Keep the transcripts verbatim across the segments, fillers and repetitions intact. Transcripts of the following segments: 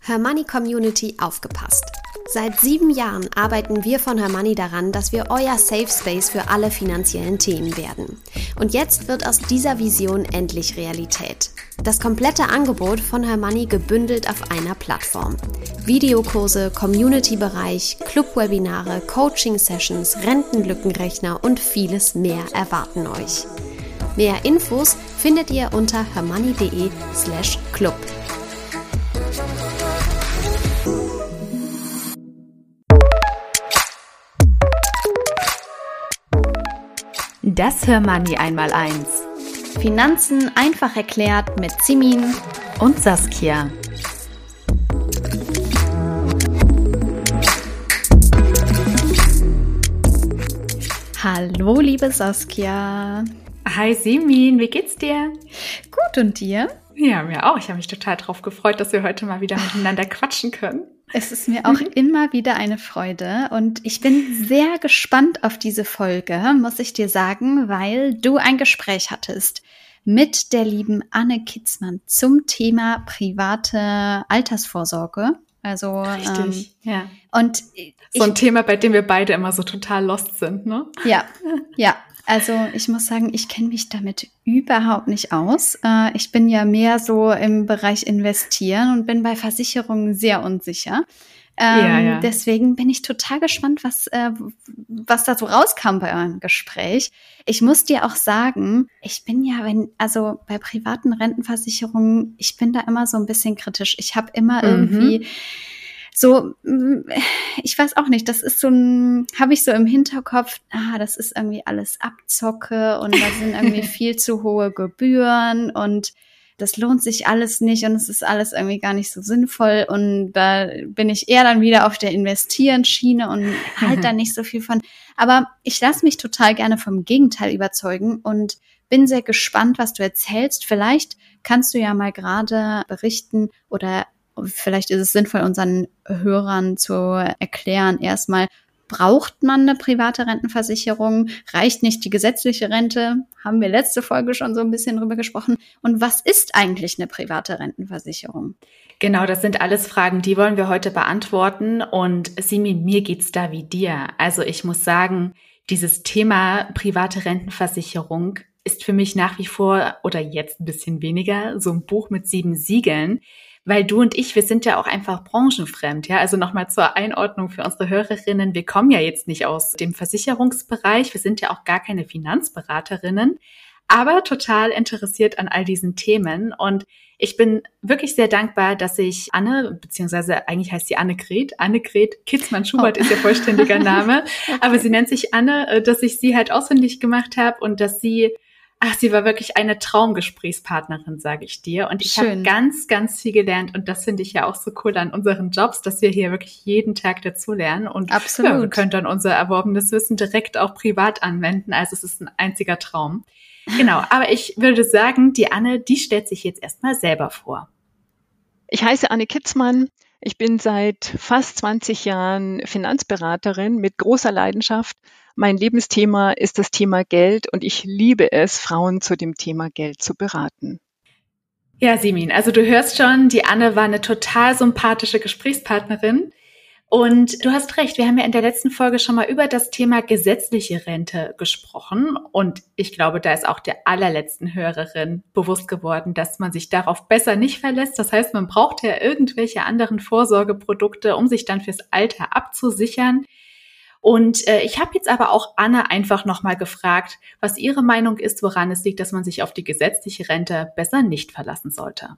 Hermoney Community aufgepasst! Seit sieben Jahren arbeiten wir von Hermoney daran, dass wir euer Safe Space für alle finanziellen Themen werden. Und jetzt wird aus dieser Vision endlich Realität. Das komplette Angebot von Hermoney gebündelt auf einer Plattform. Videokurse, Community-Bereich, Club-Webinare, Coaching-Sessions, Rentenlückenrechner und vieles mehr erwarten euch. Mehr Infos findet ihr unter hermoney.de slash club. Das Hermoney einmal eins. Finanzen einfach erklärt mit Simin und Saskia. Hallo, liebe Saskia. Hi Simin, wie geht's dir? Gut, und dir? Ja, mir auch. Ich habe mich total drauf gefreut, dass wir heute mal wieder miteinander quatschen können. Es ist mir auch mhm. immer wieder eine Freude und ich bin sehr gespannt auf diese Folge, muss ich dir sagen, weil du ein Gespräch hattest mit der lieben Anne Kitzmann zum Thema private Altersvorsorge. Also richtig, ähm, ja. Und ich, so ein Thema, bei dem wir beide immer so total lost sind, ne? Ja, ja. Also ich muss sagen, ich kenne mich damit überhaupt nicht aus. Äh, ich bin ja mehr so im Bereich Investieren und bin bei Versicherungen sehr unsicher. Ähm, ja, ja. Deswegen bin ich total gespannt, was, äh, was da so rauskam bei eurem Gespräch. Ich muss dir auch sagen, ich bin ja, wenn, also bei privaten Rentenversicherungen, ich bin da immer so ein bisschen kritisch. Ich habe immer Mhm. irgendwie so, ich weiß auch nicht, das ist so ein, habe ich so im Hinterkopf, ah, das ist irgendwie alles Abzocke und da sind irgendwie viel zu hohe Gebühren und das lohnt sich alles nicht und es ist alles irgendwie gar nicht so sinnvoll und da bin ich eher dann wieder auf der Investieren-Schiene und halt da nicht so viel von. Aber ich lasse mich total gerne vom Gegenteil überzeugen und bin sehr gespannt, was du erzählst. Vielleicht kannst du ja mal gerade berichten oder vielleicht ist es sinnvoll, unseren Hörern zu erklären, erstmal, braucht man eine private Rentenversicherung? Reicht nicht die gesetzliche Rente? Haben wir letzte Folge schon so ein bisschen drüber gesprochen. Und was ist eigentlich eine private Rentenversicherung? Genau, das sind alles Fragen, die wollen wir heute beantworten. Und Simin, mir geht's da wie dir. Also ich muss sagen, dieses Thema private Rentenversicherung ist für mich nach wie vor oder jetzt ein bisschen weniger so ein Buch mit sieben Siegeln. Weil du und ich, wir sind ja auch einfach branchenfremd, ja. Also nochmal zur Einordnung für unsere Hörerinnen. Wir kommen ja jetzt nicht aus dem Versicherungsbereich. Wir sind ja auch gar keine Finanzberaterinnen, aber total interessiert an all diesen Themen. Und ich bin wirklich sehr dankbar, dass ich Anne, beziehungsweise eigentlich heißt sie Annegret, Annegret Kitzmann-Schubert oh. ist ihr vollständiger Name, aber sie nennt sich Anne, dass ich sie halt ausfindig gemacht habe und dass sie Ach, sie war wirklich eine Traumgesprächspartnerin, sage ich dir. Und ich habe ganz, ganz viel gelernt. Und das finde ich ja auch so cool an unseren Jobs, dass wir hier wirklich jeden Tag dazulernen. Und Absolut. Ja, wir können dann unser erworbenes Wissen direkt auch privat anwenden. Also es ist ein einziger Traum. Genau, aber ich würde sagen, die Anne, die stellt sich jetzt erstmal selber vor. Ich heiße Anne Kitzmann. Ich bin seit fast zwanzig Jahren Finanzberaterin mit großer Leidenschaft. Mein Lebensthema ist das Thema Geld und ich liebe es, Frauen zu dem Thema Geld zu beraten. Ja, Simin, also du hörst schon, die Anne war eine total sympathische Gesprächspartnerin. Und du hast recht, wir haben ja in der letzten Folge schon mal über das Thema gesetzliche Rente gesprochen. Und ich glaube, da ist auch der allerletzten Hörerin bewusst geworden, dass man sich darauf besser nicht verlässt. Das heißt, man braucht ja irgendwelche anderen Vorsorgeprodukte, um sich dann fürs Alter abzusichern. Und äh, ich habe jetzt aber auch Anne einfach nochmal gefragt, was ihre Meinung ist, woran es liegt, dass man sich auf die gesetzliche Rente besser nicht verlassen sollte.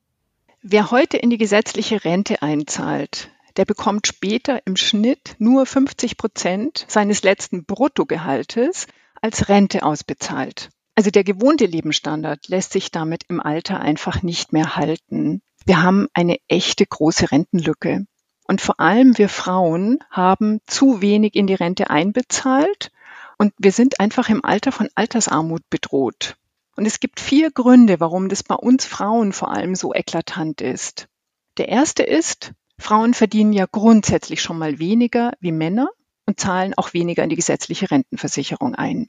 Wer heute in die gesetzliche Rente einzahlt, der bekommt später im Schnitt nur fünfzig Prozent seines letzten Bruttogehaltes als Rente ausbezahlt. Also der gewohnte Lebensstandard lässt sich damit im Alter einfach nicht mehr halten. Wir haben eine echte große Rentenlücke. Und vor allem wir Frauen haben zu wenig in die Rente einbezahlt und wir sind einfach im Alter von Altersarmut bedroht. Und es gibt vier Gründe, warum das bei uns Frauen vor allem so eklatant ist. Der erste ist, Frauen verdienen ja grundsätzlich schon mal weniger wie Männer und zahlen auch weniger in die gesetzliche Rentenversicherung ein.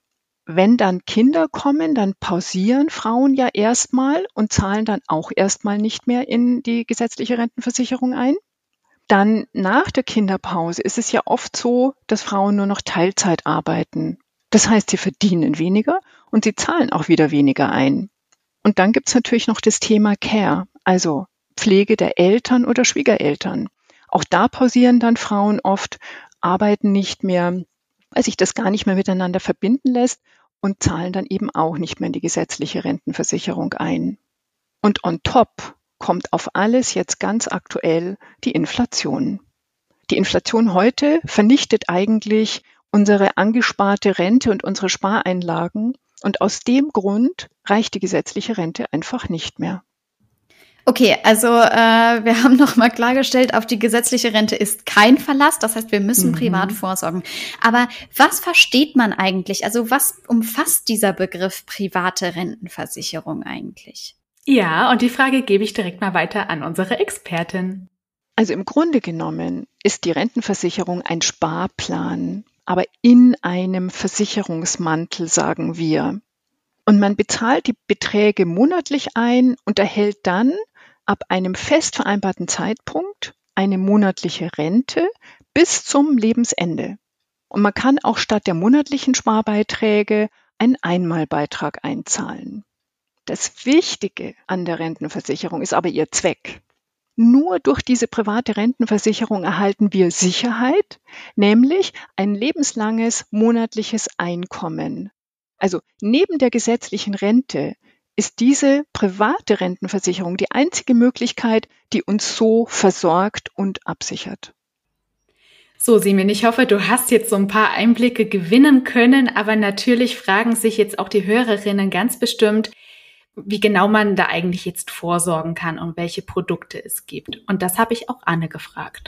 wenn dann Kinder kommen, dann pausieren Frauen ja erstmal und zahlen dann auch erstmal nicht mehr in die gesetzliche Rentenversicherung ein. Dann nach der Kinderpause ist es ja oft so, dass Frauen nur noch Teilzeit arbeiten. Das heißt, sie verdienen weniger und sie zahlen auch wieder weniger ein. Und dann gibt es natürlich noch das Thema Care, also Pflege der Eltern oder Schwiegereltern. Auch da pausieren dann Frauen oft, arbeiten nicht mehr, weil sich das gar nicht mehr miteinander verbinden lässt und zahlen dann eben auch nicht mehr in die gesetzliche Rentenversicherung ein. Und on top kommt auf alles jetzt ganz aktuell die Inflation. Die Inflation heute vernichtet eigentlich unsere angesparte Rente und unsere Spareinlagen und aus dem Grund reicht die gesetzliche Rente einfach nicht mehr. Okay, also äh, wir haben nochmal klargestellt, auf die gesetzliche Rente ist kein Verlass. Das heißt, wir müssen mhm. privat vorsorgen. Aber was versteht man eigentlich? Also was umfasst dieser Begriff private Rentenversicherung eigentlich? Ja, und die Frage gebe ich direkt mal weiter an unsere Expertin. Also im Grunde genommen ist die Rentenversicherung ein Sparplan, aber in einem Versicherungsmantel, sagen wir. Und man bezahlt die Beträge monatlich ein und erhält dann ab einem fest vereinbarten Zeitpunkt eine monatliche Rente bis zum Lebensende. Und man kann auch statt der monatlichen Sparbeiträge einen Einmalbeitrag einzahlen. Das Wichtige an der Rentenversicherung ist aber ihr Zweck. Nur durch diese private Rentenversicherung erhalten wir Sicherheit, nämlich ein lebenslanges monatliches Einkommen. Also neben der gesetzlichen Rente ist diese private Rentenversicherung die einzige Möglichkeit, die uns so versorgt und absichert. So, Simin, ich hoffe, du hast jetzt so ein paar Einblicke gewinnen können, aber natürlich fragen sich jetzt auch die Hörerinnen ganz bestimmt, wie genau man da eigentlich jetzt vorsorgen kann und welche Produkte es gibt. Und das habe ich auch Anne gefragt.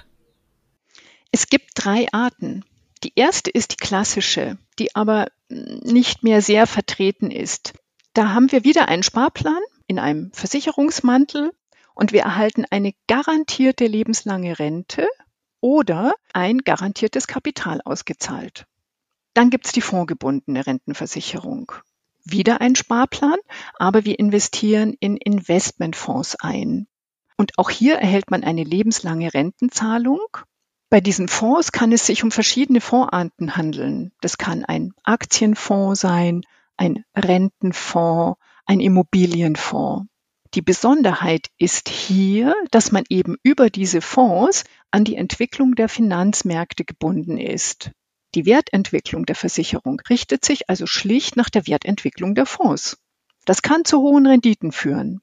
Es gibt drei Arten. Die erste ist die klassische, die aber nicht mehr sehr vertreten ist. Da haben wir wieder einen Sparplan in einem Versicherungsmantel und wir erhalten eine garantierte lebenslange Rente oder ein garantiertes Kapital ausgezahlt. Dann gibt es die fondgebundene Rentenversicherung. Wieder ein Sparplan, aber wir investieren in Investmentfonds ein. Und auch hier erhält man eine lebenslange Rentenzahlung. Bei diesen Fonds kann es sich um verschiedene Fondsarten handeln. Das kann ein Aktienfonds sein, ein Rentenfonds, ein Immobilienfonds. Die Besonderheit ist hier, dass man eben über diese Fonds an die Entwicklung der Finanzmärkte gebunden ist. Die Wertentwicklung der Versicherung richtet sich also schlicht nach der Wertentwicklung der Fonds. Das kann zu hohen Renditen führen.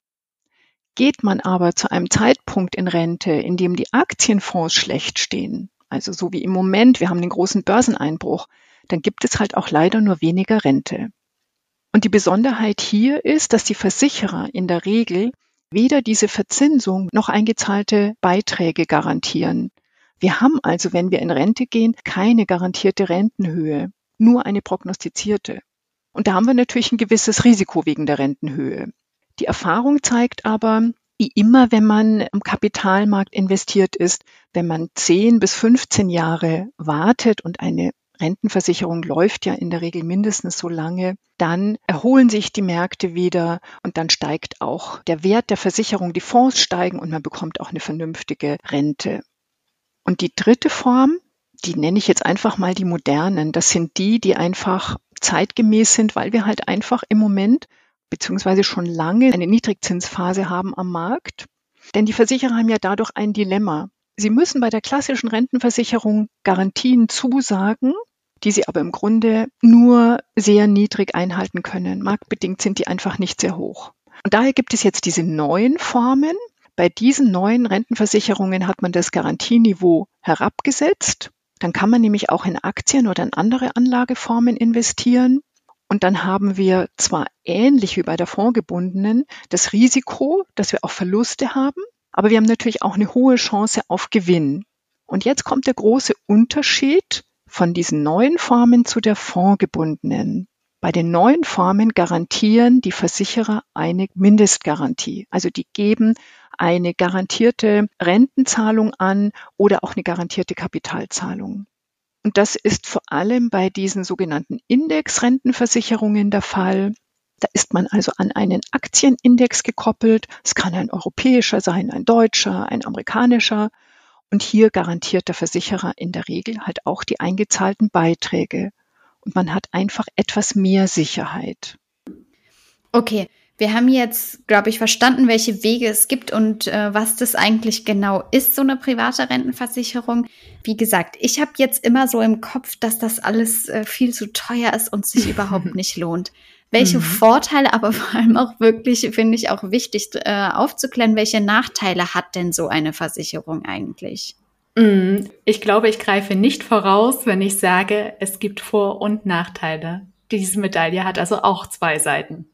Geht man aber zu einem Zeitpunkt in Rente, in dem die Aktienfonds schlecht stehen, also so wie im Moment, wir haben den großen Börseneinbruch, dann gibt es halt auch leider nur weniger Rente. Und die Besonderheit hier ist, dass die Versicherer in der Regel weder diese Verzinsung noch eingezahlte Beiträge garantieren. Wir haben also, wenn wir in Rente gehen, keine garantierte Rentenhöhe, nur eine prognostizierte. Und da haben wir natürlich ein gewisses Risiko wegen der Rentenhöhe. Die Erfahrung zeigt aber, wie immer, wenn man im Kapitalmarkt investiert ist, wenn man zehn bis fünfzehn Jahre wartet und eine Rentenversicherung läuft ja in der Regel mindestens so lange, dann erholen sich die Märkte wieder und dann steigt auch der Wert der Versicherung, die Fonds steigen und man bekommt auch eine vernünftige Rente. Und die dritte Form, die nenne ich jetzt einfach mal die modernen. Das sind die, die einfach zeitgemäß sind, weil wir halt einfach im Moment beziehungsweise schon lange eine Niedrigzinsphase haben am Markt. Denn die Versicherer haben ja dadurch ein Dilemma. Sie müssen bei der klassischen Rentenversicherung Garantien zusagen, die sie aber im Grunde nur sehr niedrig einhalten können. Marktbedingt sind die einfach nicht sehr hoch. Und daher gibt es jetzt diese neuen Formen. Bei diesen neuen Rentenversicherungen hat man das Garantieniveau herabgesetzt. Dann kann man nämlich auch in Aktien oder in andere Anlageformen investieren. Und dann haben wir zwar ähnlich wie bei der fondgebundenen das Risiko, dass wir auch Verluste haben, aber wir haben natürlich auch eine hohe Chance auf Gewinn. Und jetzt kommt der große Unterschied von diesen neuen Formen zu der fondgebundenen. Bei den neuen Formen garantieren die Versicherer eine Mindestgarantie. Also die geben eine garantierte Rentenzahlung an oder auch eine garantierte Kapitalzahlung. Und das ist vor allem bei diesen sogenannten Indexrentenversicherungen der Fall. Da ist man also an einen Aktienindex gekoppelt. Es kann ein europäischer sein, ein deutscher, ein amerikanischer. Und hier garantiert der Versicherer in der Regel halt auch die eingezahlten Beiträge. Und man hat einfach etwas mehr Sicherheit. Okay, wir haben jetzt, glaube ich, verstanden, welche Wege es gibt und äh, was das eigentlich genau ist, so eine private Rentenversicherung. Wie gesagt, ich habe jetzt immer so im Kopf, dass das alles äh, viel zu teuer ist und sich überhaupt nicht lohnt. Welche mhm. Vorteile, aber vor allem auch wirklich, finde ich auch wichtig äh, aufzuklären, welche Nachteile hat denn so eine Versicherung eigentlich? Ich glaube, ich greife nicht voraus, wenn ich sage, es gibt Vor- und Nachteile. Diese Medaille hat also auch zwei Seiten.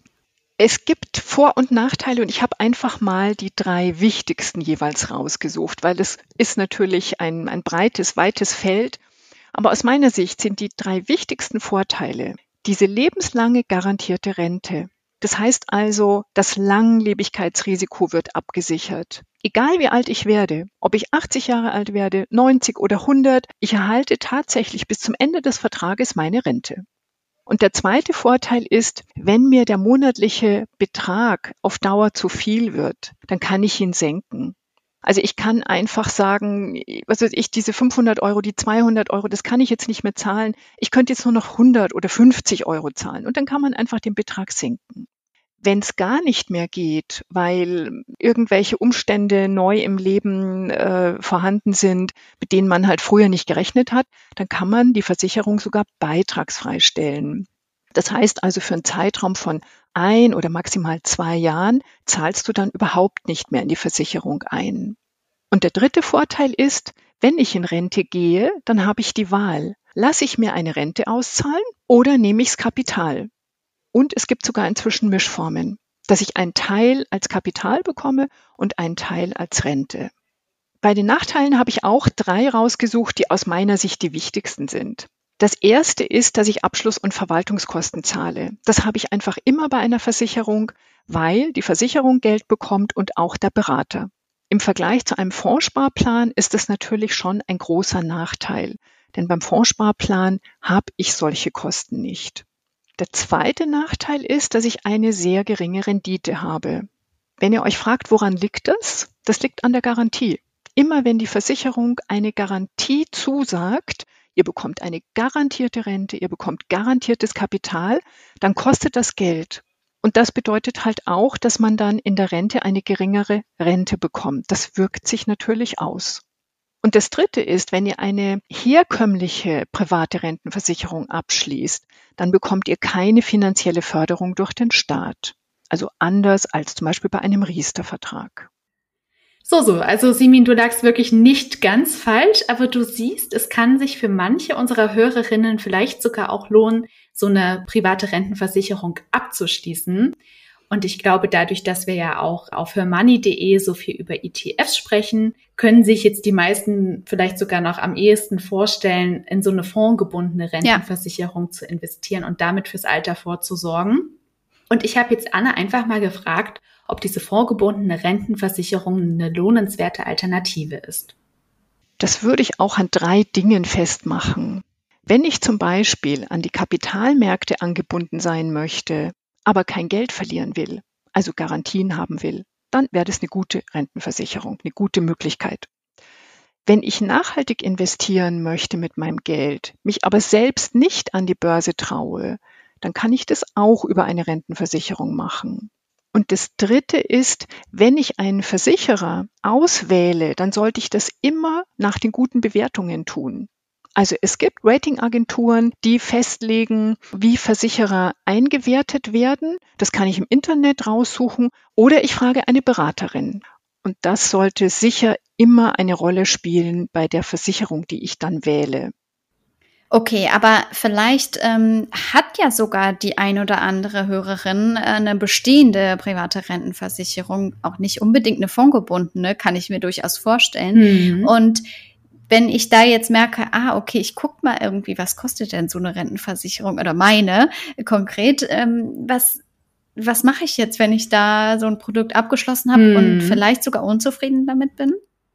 Es gibt Vor- und Nachteile und ich habe einfach mal die drei wichtigsten jeweils rausgesucht, weil es ist natürlich ein, ein breites, weites Feld. Aber aus meiner Sicht sind die drei wichtigsten Vorteile diese lebenslange garantierte Rente. Das heißt also, das Langlebigkeitsrisiko wird abgesichert. Egal wie alt ich werde, ob ich achtzig Jahre alt werde, neunzig oder hundert, ich erhalte tatsächlich bis zum Ende des Vertrages meine Rente. Und der zweite Vorteil ist, wenn mir der monatliche Betrag auf Dauer zu viel wird, dann kann ich ihn senken. Also ich kann einfach sagen, was weiß ich, diese fünfhundert Euro, die zweihundert Euro, das kann ich jetzt nicht mehr zahlen. Ich könnte jetzt nur noch hundert oder fünfzig Euro zahlen und dann kann man einfach den Betrag senken. Wenn es gar nicht mehr geht, weil irgendwelche Umstände neu im Leben äh, vorhanden sind, mit denen man halt früher nicht gerechnet hat, dann kann man die Versicherung sogar beitragsfrei stellen. Das heißt also, für einen Zeitraum von ein oder maximal zwei Jahren zahlst du dann überhaupt nicht mehr in die Versicherung ein. Und der dritte Vorteil ist, wenn ich in Rente gehe, dann habe ich die Wahl. Lasse ich mir eine Rente auszahlen oder nehme ich das Kapital? Und es gibt sogar inzwischen Mischformen, dass ich einen Teil als Kapital bekomme und einen Teil als Rente. Bei den Nachteilen habe ich auch drei rausgesucht, die aus meiner Sicht die wichtigsten sind. Das erste ist, dass ich Abschluss- und Verwaltungskosten zahle. Das habe ich einfach immer bei einer Versicherung, weil die Versicherung Geld bekommt und auch der Berater. Im Vergleich zu einem Fondssparplan ist es natürlich schon ein großer Nachteil, denn beim Fondssparplan habe ich solche Kosten nicht. Der zweite Nachteil ist, dass ich eine sehr geringe Rendite habe. Wenn ihr euch fragt, woran liegt das? Das liegt an der Garantie. Immer wenn die Versicherung eine Garantie zusagt, ihr bekommt eine garantierte Rente, ihr bekommt garantiertes Kapital, dann kostet das Geld. Und das bedeutet halt auch, dass man dann in der Rente eine geringere Rente bekommt. Das wirkt sich natürlich aus. Und das Dritte ist, wenn ihr eine herkömmliche private Rentenversicherung abschließt, dann bekommt ihr keine finanzielle Förderung durch den Staat. Also anders als zum Beispiel bei einem Riester-Vertrag. So, so, also Simin, du lagst wirklich nicht ganz falsch, aber du siehst, es kann sich für manche unserer Hörerinnen vielleicht sogar auch lohnen, so eine private Rentenversicherung abzuschließen. Und ich glaube, dadurch, dass wir ja auch auf hermoney punkt de so viel über E T Fs sprechen, können sich jetzt die meisten vielleicht sogar noch am ehesten vorstellen, in so eine fondgebundene Rentenversicherung ja. zu investieren und damit fürs Alter vorzusorgen. Und ich habe jetzt Anne einfach mal gefragt, ob diese fondgebundene Rentenversicherung eine lohnenswerte Alternative ist. Das würde ich auch an drei Dingen festmachen. Wenn ich zum Beispiel an die Kapitalmärkte angebunden sein möchte, aber kein Geld verlieren will, also Garantien haben will, dann wäre das eine gute Rentenversicherung, eine gute Möglichkeit. Wenn ich nachhaltig investieren möchte mit meinem Geld, mich aber selbst nicht an die Börse traue, dann kann ich das auch über eine Rentenversicherung machen. Und das Dritte ist, wenn ich einen Versicherer auswähle, dann sollte ich das immer nach den guten Bewertungen tun. Also es gibt Ratingagenturen, die festlegen, wie Versicherer eingewertet werden. Das kann ich im Internet raussuchen oder ich frage eine Beraterin. Und das sollte sicher immer eine Rolle spielen bei der Versicherung, die ich dann wähle. Okay, aber vielleicht ähm, hat ja sogar die ein oder andere Hörerin äh, eine bestehende private Rentenversicherung, auch nicht unbedingt eine fondgebundene, kann ich mir durchaus vorstellen. Mhm. Und wenn ich da jetzt merke, ah, okay, ich guck mal irgendwie, was kostet denn so eine Rentenversicherung oder meine konkret, ähm, was was mache ich jetzt, wenn ich da so ein Produkt abgeschlossen habe hm. und vielleicht sogar unzufrieden damit bin?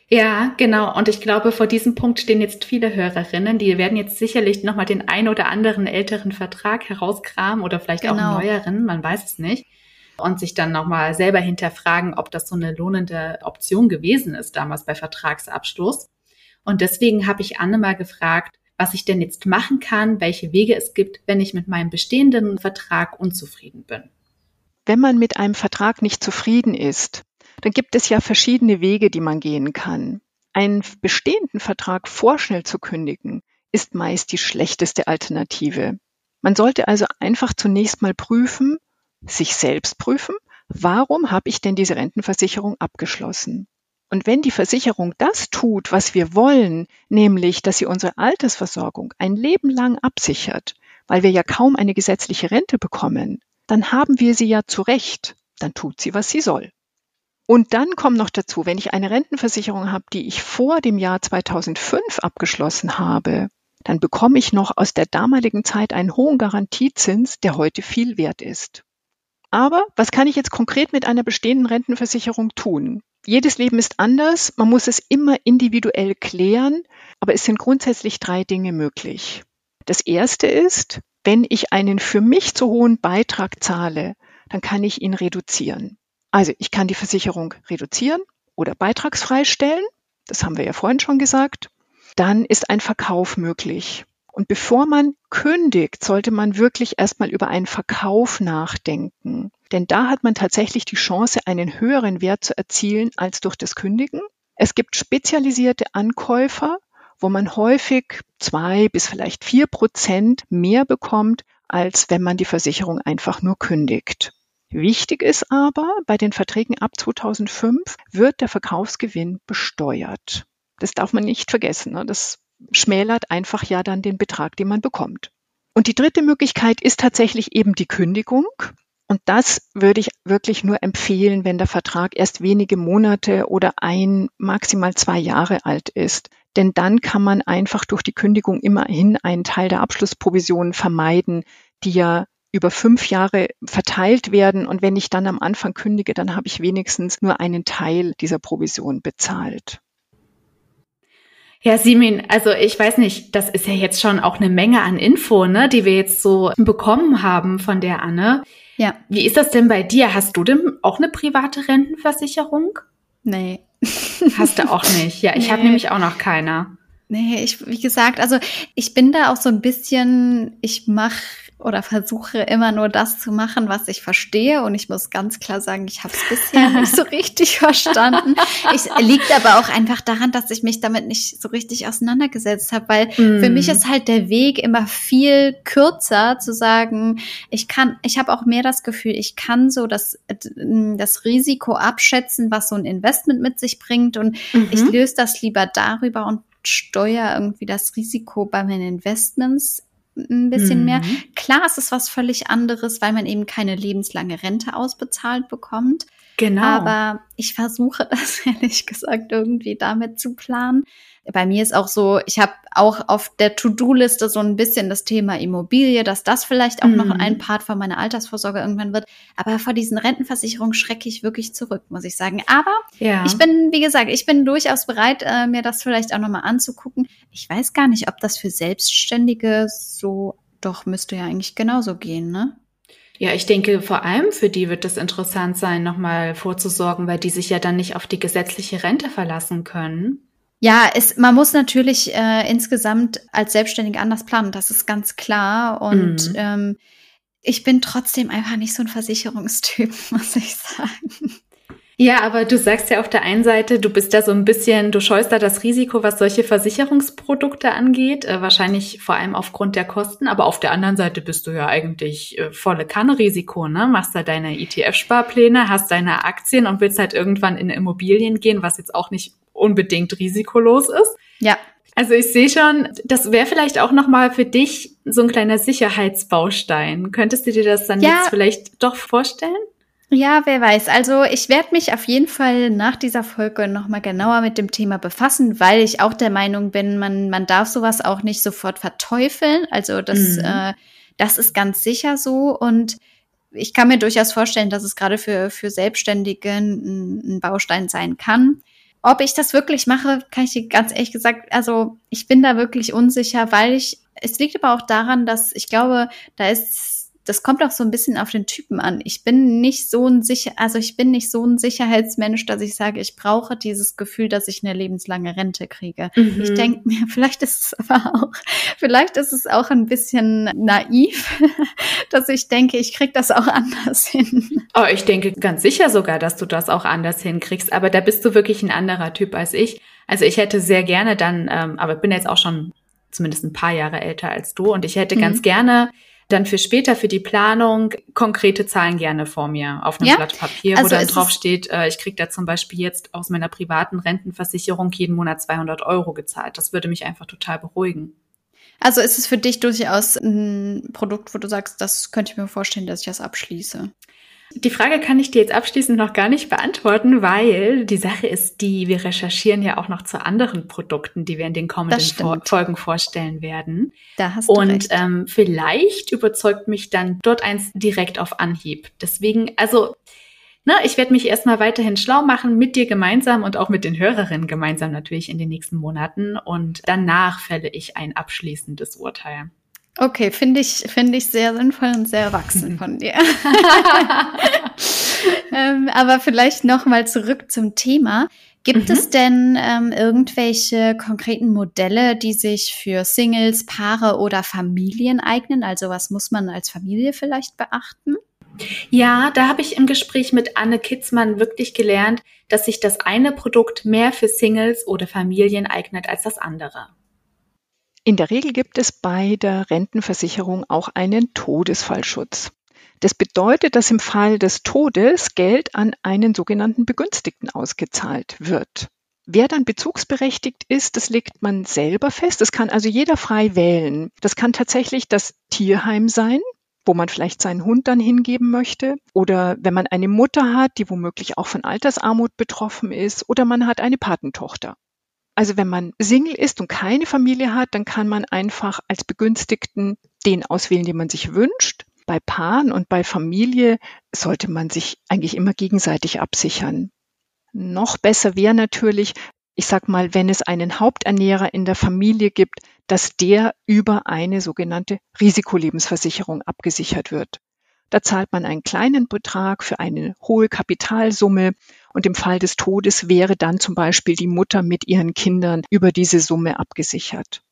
Ja, genau. Und ich glaube, vor diesem Punkt stehen jetzt viele Hörerinnen, die werden jetzt sicherlich nochmal den ein oder anderen älteren Vertrag herauskramen oder vielleicht Genau. auch einen neueren, man weiß es nicht. Und sich dann nochmal selber hinterfragen, ob das so eine lohnende Option gewesen ist damals bei Vertragsabschluss. Und deswegen habe ich Anne mal gefragt, was ich denn jetzt machen kann, welche Wege es gibt, wenn ich mit meinem bestehenden Vertrag unzufrieden bin. Wenn man mit einem Vertrag nicht zufrieden ist, dann gibt es ja verschiedene Wege, die man gehen kann. Einen bestehenden Vertrag vorschnell zu kündigen, ist meist die schlechteste Alternative. Man sollte also einfach zunächst mal prüfen, sich selbst prüfen, warum habe ich denn diese Rentenversicherung abgeschlossen? Und wenn die Versicherung das tut, was wir wollen, nämlich, dass sie unsere Altersversorgung ein Leben lang absichert, weil wir ja kaum eine gesetzliche Rente bekommen, dann haben wir sie ja zu Recht, dann tut sie, was sie soll. Und dann kommt noch dazu, wenn ich eine Rentenversicherung habe, die ich vor dem Jahr zweitausendfünf abgeschlossen habe, dann bekomme ich noch aus der damaligen Zeit einen hohen Garantiezins, der heute viel wert ist. Aber was kann ich jetzt konkret mit einer bestehenden Rentenversicherung tun? Jedes Leben ist anders, man muss es immer individuell klären, aber es sind grundsätzlich drei Dinge möglich. Das erste ist, wenn ich einen für mich zu hohen Beitrag zahle, dann kann ich ihn reduzieren. Also ich kann die Versicherung reduzieren oder beitragsfrei stellen, das haben wir ja vorhin schon gesagt. Dann ist ein Verkauf möglich. Und bevor man kündigt, sollte man wirklich erstmal über einen Verkauf nachdenken. Denn da hat man tatsächlich die Chance, einen höheren Wert zu erzielen als durch das Kündigen. Es gibt spezialisierte Ankäufer, wo man häufig zwei bis vielleicht vier Prozent mehr bekommt, als wenn man die Versicherung einfach nur kündigt. Wichtig ist aber, bei den Verträgen ab zweitausendfünf wird der Verkaufsgewinn besteuert. Das darf man nicht vergessen, ne? Das schmälert einfach ja dann den Betrag, den man bekommt. Und die dritte Möglichkeit ist tatsächlich eben die Kündigung. Und das würde ich wirklich nur empfehlen, wenn der Vertrag erst wenige Monate oder ein, maximal zwei Jahre alt ist. Denn dann kann man einfach durch die Kündigung immerhin einen Teil der Abschlussprovisionen vermeiden, die ja über fünf Jahre verteilt werden. Und wenn ich dann am Anfang kündige, dann habe ich wenigstens nur einen Teil dieser Provision bezahlt. Ja, Simin, also ich weiß nicht, das ist ja jetzt schon auch eine Menge an Info, ne, die wir jetzt so bekommen haben von der Anne. Ja. Wie ist das denn bei dir? Hast du denn auch eine private Rentenversicherung? Nee. Hast du auch nicht? Ja, ich Nee. habe nämlich auch noch keine. Nee, ich, wie gesagt, also ich bin da auch so ein bisschen, ich mache oder versuche immer nur das zu machen, was ich verstehe. Und ich muss ganz klar sagen, ich habe es bisher nicht so richtig verstanden. Es liegt aber auch einfach daran, dass ich mich damit nicht so richtig auseinandergesetzt habe, weil Mm. für mich ist halt der Weg immer viel kürzer zu sagen, ich kann, ich habe auch mehr das Gefühl, ich kann so das, das Risiko abschätzen, was so ein Investment mit sich bringt. Und Mhm. ich löse das lieber darüber und steuere irgendwie das Risiko bei meinen Investments ein bisschen Mhm. mehr. Klar, es ist was völlig anderes, weil man eben keine lebenslange Rente ausbezahlt bekommt. Genau. Aber ich versuche das ehrlich gesagt irgendwie damit zu planen. Bei mir ist auch so, ich habe auch auf der To-Do-Liste so ein bisschen das Thema Immobilie, dass das vielleicht auch Mhm. noch ein Part von meiner Altersvorsorge irgendwann wird. Aber vor diesen Rentenversicherungen schrecke ich wirklich zurück, muss ich sagen. Aber ja. ich bin, wie gesagt, ich bin durchaus bereit, äh, mir das vielleicht auch nochmal anzugucken. Ich weiß gar nicht, ob das für Selbstständige so, doch müsste ja eigentlich genauso gehen, ne? Ja, ich denke, vor allem für die wird es interessant sein, nochmal vorzusorgen, weil die sich ja dann nicht auf die gesetzliche Rente verlassen können. Ja, es, man muss natürlich äh, insgesamt als Selbstständige anders planen, das ist ganz klar. Und Mhm. ähm, ich bin trotzdem einfach nicht so ein Versicherungstyp, muss ich sagen. Ja, aber du sagst ja auf der einen Seite, du bist da so ein bisschen, du scheust da das Risiko, was solche Versicherungsprodukte angeht, äh, wahrscheinlich vor allem aufgrund der Kosten, aber auf der anderen Seite bist du ja eigentlich äh, volle Kanne Risiko, ne? Machst da deine E T F-Sparpläne, hast deine Aktien und willst halt irgendwann in Immobilien gehen, was jetzt auch nicht unbedingt risikolos ist. Ja. Also ich sehe schon, das wäre vielleicht auch nochmal für dich so ein kleiner Sicherheitsbaustein. Könntest du dir das dann Ja. jetzt vielleicht doch vorstellen? Ja, wer weiß. Also ich werde mich auf jeden Fall nach dieser Folge nochmal genauer mit dem Thema befassen, weil ich auch der Meinung bin, man, man darf sowas auch nicht sofort verteufeln. Also das, Mhm. äh, das ist ganz sicher so. Und ich kann mir durchaus vorstellen, dass es gerade für, für Selbstständige ein, ein Baustein sein kann. ob ich das wirklich mache, kann ich dir ganz ehrlich gesagt, also ich bin da wirklich unsicher, weil ich, es liegt aber auch daran, dass ich glaube, da ist, das kommt auch so ein bisschen auf den Typen an. Ich bin nicht so ein sicher, also ich bin nicht so ein Sicherheitsmensch, dass ich sage, ich brauche dieses Gefühl, dass ich eine lebenslange Rente kriege. Mhm. Ich denke mir, vielleicht ist es aber auch, vielleicht ist es auch ein bisschen naiv, dass ich denke, ich kriege das auch anders hin. Oh, ich denke ganz sicher sogar, dass du das auch anders hinkriegst, aber da bist du wirklich ein anderer Typ als ich. Also ich hätte sehr gerne dann, ähm, aber bin jetzt auch schon zumindest ein paar Jahre älter als du und ich hätte mhm. ganz gerne dann für später, für die Planung, konkrete Zahlen gerne vor mir auf einem ja? Blatt Papier, also wo dann drauf steht, äh, ich kriege da zum Beispiel jetzt aus meiner privaten Rentenversicherung jeden Monat zweihundert Euro gezahlt. Das würde mich einfach total beruhigen. Also ist es für dich durchaus ein Produkt, wo du sagst, das könnte ich mir vorstellen, dass ich das abschließe? Die Frage kann ich dir jetzt abschließend noch gar nicht beantworten, weil die Sache ist die, wir recherchieren ja auch noch zu anderen Produkten, die wir in den kommenden Vor- Folgen vorstellen werden. Da hast du Und recht. ähm, vielleicht überzeugt mich dann dort eins direkt auf Anhieb. Deswegen, also, ne, ich werde mich erstmal weiterhin schlau machen, mit dir gemeinsam und auch mit den Hörerinnen gemeinsam natürlich in den nächsten Monaten. Und danach fälle ich ein abschließendes Urteil. Okay, finde ich, finde ich sehr sinnvoll und sehr erwachsen von dir. ähm, aber vielleicht noch mal zurück zum Thema. Gibt mhm. es denn ähm, irgendwelche konkreten Modelle, die sich für Singles, Paare oder Familien eignen? Also was muss man als Familie vielleicht beachten? Ja, da habe ich im Gespräch mit Anne Kitzmann wirklich gelernt, dass sich das eine Produkt mehr für Singles oder Familien eignet als das andere. In der Regel gibt es bei der Rentenversicherung auch einen Todesfallschutz. Das bedeutet, dass im Fall des Todes Geld an einen sogenannten Begünstigten ausgezahlt wird. Wer dann bezugsberechtigt ist, das legt man selber fest. Das kann also jeder frei wählen. Das kann tatsächlich das Tierheim sein, wo man vielleicht seinen Hund dann hingeben möchte. Oder wenn man eine Mutter hat, die womöglich auch von Altersarmut betroffen ist. Oder man hat eine Patentochter. Also wenn man Single ist und keine Familie hat, dann kann man einfach als Begünstigten den auswählen, den man sich wünscht. Bei Paaren und bei Familie sollte man sich eigentlich immer gegenseitig absichern. Noch besser wäre natürlich, ich sag mal, wenn es einen Haupternährer in der Familie gibt, dass der über eine sogenannte Risikolebensversicherung abgesichert wird. Da zahlt man einen kleinen Betrag für eine hohe Kapitalsumme und im Fall des Todes wäre dann zum Beispiel die Mutter mit ihren Kindern über diese Summe abgesichert.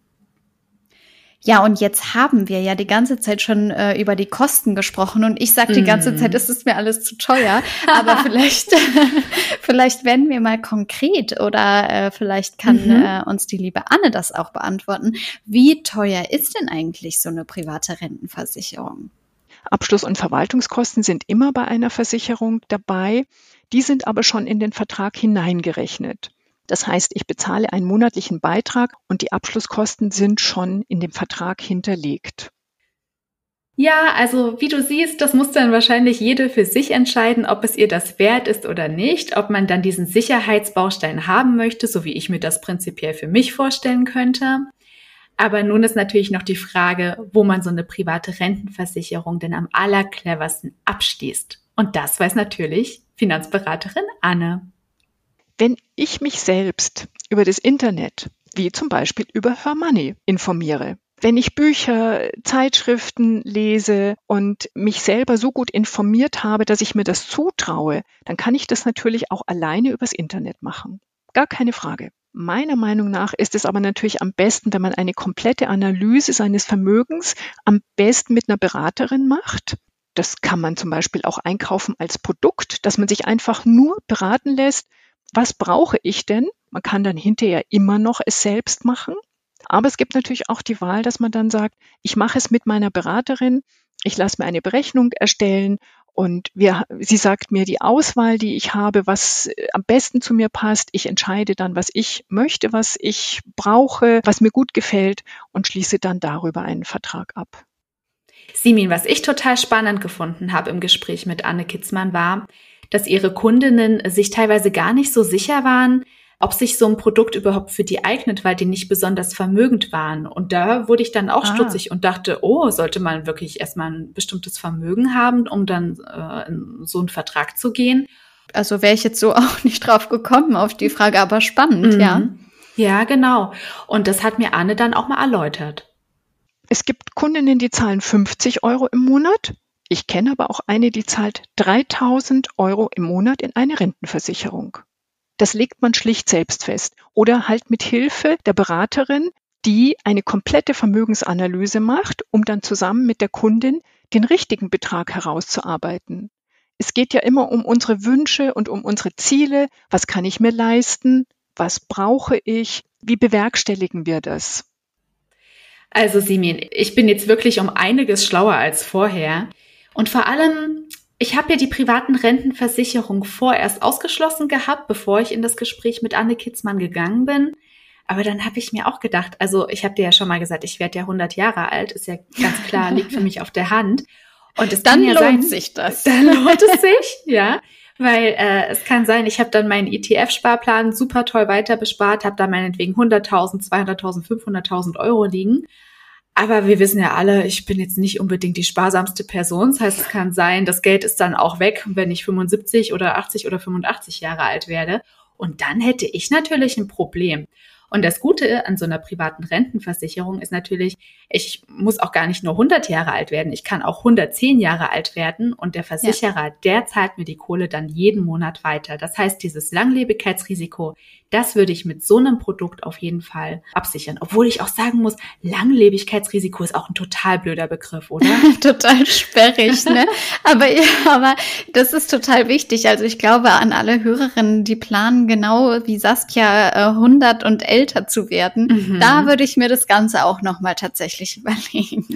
Ja, und jetzt haben wir ja die ganze Zeit schon äh, über die Kosten gesprochen und ich sage die ganze Zeit, es ist mir alles zu teuer, aber vielleicht vielleicht werden wir mal konkret oder äh, vielleicht kann mhm. äh, uns die liebe Anne das auch beantworten. Wie teuer ist denn eigentlich so eine private Rentenversicherung? Abschluss- und Verwaltungskosten sind immer bei einer Versicherung dabei. Die sind aber schon in den Vertrag hineingerechnet. Das heißt, ich bezahle einen monatlichen Beitrag und die Abschlusskosten sind schon in dem Vertrag hinterlegt. Ja, also wie du siehst, das muss dann wahrscheinlich jede für sich entscheiden, ob es ihr das wert ist oder nicht, ob man dann diesen Sicherheitsbaustein haben möchte, so wie ich mir das prinzipiell für mich vorstellen könnte. Aber nun ist natürlich noch die Frage, wo man so eine private Rentenversicherung denn am allercleversten abschließt. Und das weiß natürlich Finanzberaterin Anne. Wenn ich mich selbst über das Internet, wie zum Beispiel über Hermoney, informiere, wenn ich Bücher, Zeitschriften lese und mich selber so gut informiert habe, dass ich mir das zutraue, dann kann ich das natürlich auch alleine übers Internet machen. Gar keine Frage. Meiner Meinung nach ist es aber natürlich am besten, wenn man eine komplette Analyse seines Vermögens am besten mit einer Beraterin macht. Das kann man zum Beispiel auch einkaufen als Produkt, dass man sich einfach nur beraten lässt, was brauche ich denn? Man kann dann hinterher immer noch es selbst machen. Aber es gibt natürlich auch die Wahl, dass man dann sagt, ich mache es mit meiner Beraterin, ich lasse mir eine Berechnung erstellen und wir, sie sagt mir die Auswahl, die ich habe, was am besten zu mir passt. Ich entscheide dann, was ich möchte, was ich brauche, was mir gut gefällt und schließe dann darüber einen Vertrag ab. Simin, was ich total spannend gefunden habe im Gespräch mit Anne Kitzmann war, dass ihre Kundinnen sich teilweise gar nicht so sicher waren, ob sich so ein Produkt überhaupt für die eignet, weil die nicht besonders vermögend waren. Und da wurde ich dann auch ah. stutzig und dachte, oh, sollte man wirklich erstmal ein bestimmtes Vermögen haben, um dann äh, in so einen Vertrag zu gehen? also wäre ich jetzt so auch nicht drauf gekommen auf die Frage, aber spannend, mhm. ja. Ja, genau. Und das hat mir Anne dann auch mal erläutert. Es gibt Kundinnen, die zahlen fünfzig Euro im Monat. Ich kenne aber auch eine, die zahlt dreitausend Euro im Monat in eine Rentenversicherung. Das legt man schlicht selbst fest oder halt mit Hilfe der Beraterin, die eine komplette Vermögensanalyse macht, um dann zusammen mit der Kundin den richtigen Betrag herauszuarbeiten. Es geht ja immer um unsere Wünsche und um unsere Ziele. Was kann ich mir leisten? Was brauche ich? Wie bewerkstelligen wir das? Also Simin, ich bin jetzt wirklich um einiges schlauer als vorher. Und vor allem, ich habe ja die privaten Rentenversicherung vorerst ausgeschlossen gehabt, bevor ich in das Gespräch mit Anne Kitzmann gegangen bin. Aber dann habe ich mir auch gedacht, also ich habe dir ja schon mal gesagt, ich werde ja hundert Jahre alt, ist ja ganz klar, liegt für mich auf der Hand. Und es dann kann ja lohnt sein, sich das. Dann lohnt es sich, ja. Weil äh, es kann sein, ich habe dann meinen E T F-Sparplan super toll weiter bespart, habe da meinetwegen hunderttausend, zweihunderttausend, fünfhunderttausend Euro liegen. Aber wir wissen ja alle, ich bin jetzt nicht unbedingt die sparsamste Person. Das heißt, es kann sein, das Geld ist dann auch weg, wenn ich fünfundsiebzig oder achtzig oder fünfundachtzig Jahre alt werde. Und dann hätte ich natürlich ein Problem. Und das Gute an so einer privaten Rentenversicherung ist natürlich, ich muss auch gar nicht nur hundert Jahre alt werden, ich kann auch hundertzehn Jahre alt werden und der Versicherer, ja. der zahlt mir die Kohle dann jeden Monat weiter. Das heißt, dieses Langlebigkeitsrisiko, das würde ich mit so einem Produkt auf jeden Fall absichern. Obwohl ich auch sagen muss, Langlebigkeitsrisiko ist auch ein total blöder Begriff, oder? Total sperrig, ne? aber, ja, aber das ist total wichtig. Also ich glaube an alle Hörerinnen, die planen genau wie Saskia hundert und älter zu werden. Mhm. Da würde ich mir das Ganze auch nochmal tatsächlich überlegen.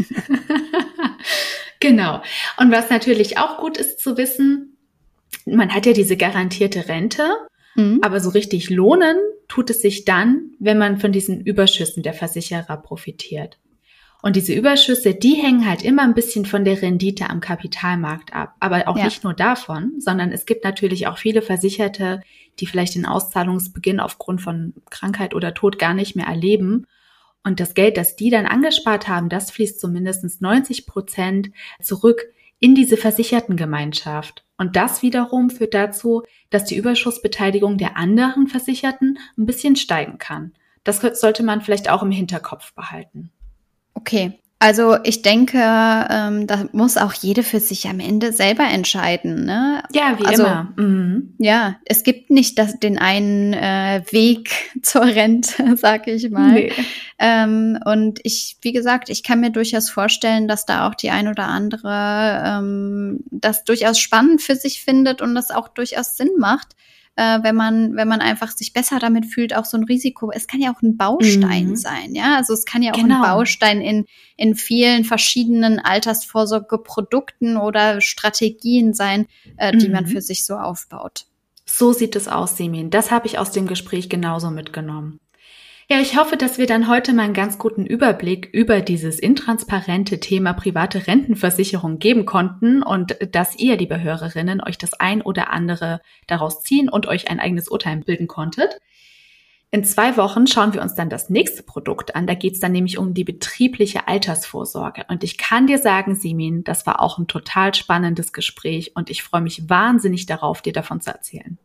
Genau. Und was natürlich auch gut ist zu wissen, man hat ja diese garantierte Rente, mhm. aber so richtig lohnen tut es sich dann, wenn man von diesen Überschüssen der Versicherer profitiert. Und diese Überschüsse, die hängen halt immer ein bisschen von der Rendite am Kapitalmarkt ab. Aber auch ja. nicht nur davon, sondern es gibt natürlich auch viele Versicherte, die vielleicht den Auszahlungsbeginn aufgrund von Krankheit oder Tod gar nicht mehr erleben. Und das Geld, das die dann angespart haben, das fließt zu mindestens neunzig Prozent zurück in diese Versichertengemeinschaft. Und das wiederum führt dazu, dass die Überschussbeteiligung der anderen Versicherten ein bisschen steigen kann. Das sollte man vielleicht auch im Hinterkopf behalten. Okay, also ich denke, ähm, da muss auch jede für sich am Ende selber entscheiden, ne? Ja, wie also, immer. Mhm. Ja, es gibt nicht das, den einen äh, Weg zur Rente, sag ich mal. Nee. Ähm, und ich, wie gesagt, ich kann mir durchaus vorstellen, dass da auch die ein oder andere ähm, das durchaus spannend für sich findet und das auch durchaus Sinn macht. Äh, wenn man, wenn man einfach sich besser damit fühlt, auch so ein Risiko. Es kann ja auch ein Baustein mhm. sein, ja. Also es kann ja auch genau. ein Baustein in, in vielen verschiedenen Altersvorsorgeprodukten oder Strategien sein, äh, die mhm. man für sich so aufbaut. So sieht es aus, Simin. Das habe ich aus dem Gespräch genauso mitgenommen. Ja, ich hoffe, dass wir dann heute mal einen ganz guten Überblick über dieses intransparente Thema private Rentenversicherung geben konnten und dass ihr, liebe Hörerinnen, euch das ein oder andere daraus ziehen und euch ein eigenes Urteil bilden konntet. In zwei Wochen schauen wir uns dann das nächste Produkt an. Da geht es dann nämlich um die betriebliche Altersvorsorge. Und ich kann dir sagen, Simin, das war auch ein total spannendes Gespräch und ich freue mich wahnsinnig darauf, dir davon zu erzählen.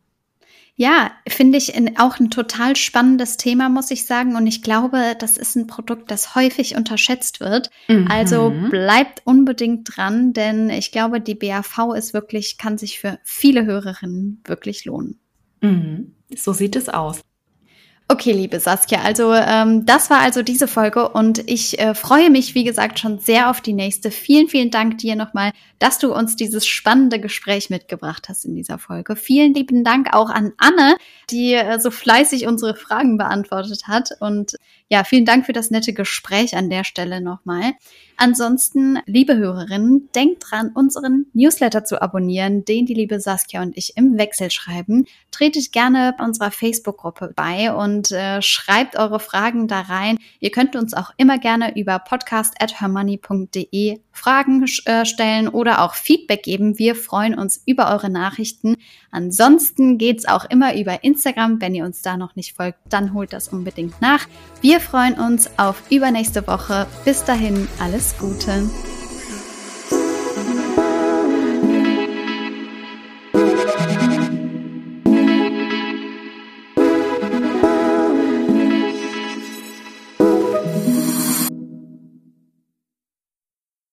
Ja, finde ich in, auch ein total spannendes Thema, muss ich sagen. Und ich glaube, das ist ein Produkt, das häufig unterschätzt wird. Mhm. Also bleibt unbedingt dran, denn ich glaube, die B A V ist wirklich, kann sich für viele Hörerinnen wirklich lohnen. Mhm. So sieht es aus. Okay, liebe Saskia, also ähm, das war also diese Folge und ich äh, freue mich, wie gesagt, schon sehr auf die nächste. Vielen, vielen Dank dir nochmal, dass du uns dieses spannende Gespräch mitgebracht hast in dieser Folge. Vielen lieben Dank auch an Anne, die äh, so fleißig unsere Fragen beantwortet hat und ja, vielen Dank für das nette Gespräch an der Stelle nochmal. Ansonsten, liebe Hörerinnen, denkt dran, unseren Newsletter zu abonnieren, den die liebe Saskia und ich im Wechsel schreiben. Tretet gerne unserer Facebook-Gruppe bei und äh, schreibt eure Fragen da rein. Ihr könnt uns auch immer gerne über podcast at hermoney punkt de Fragen äh, stellen oder auch Feedback geben. Wir freuen uns über eure Nachrichten. Ansonsten geht's auch immer über Instagram. Wenn ihr uns da noch nicht folgt, dann holt das unbedingt nach. Wir freuen uns auf übernächste Woche. Bis dahin, alles Gute.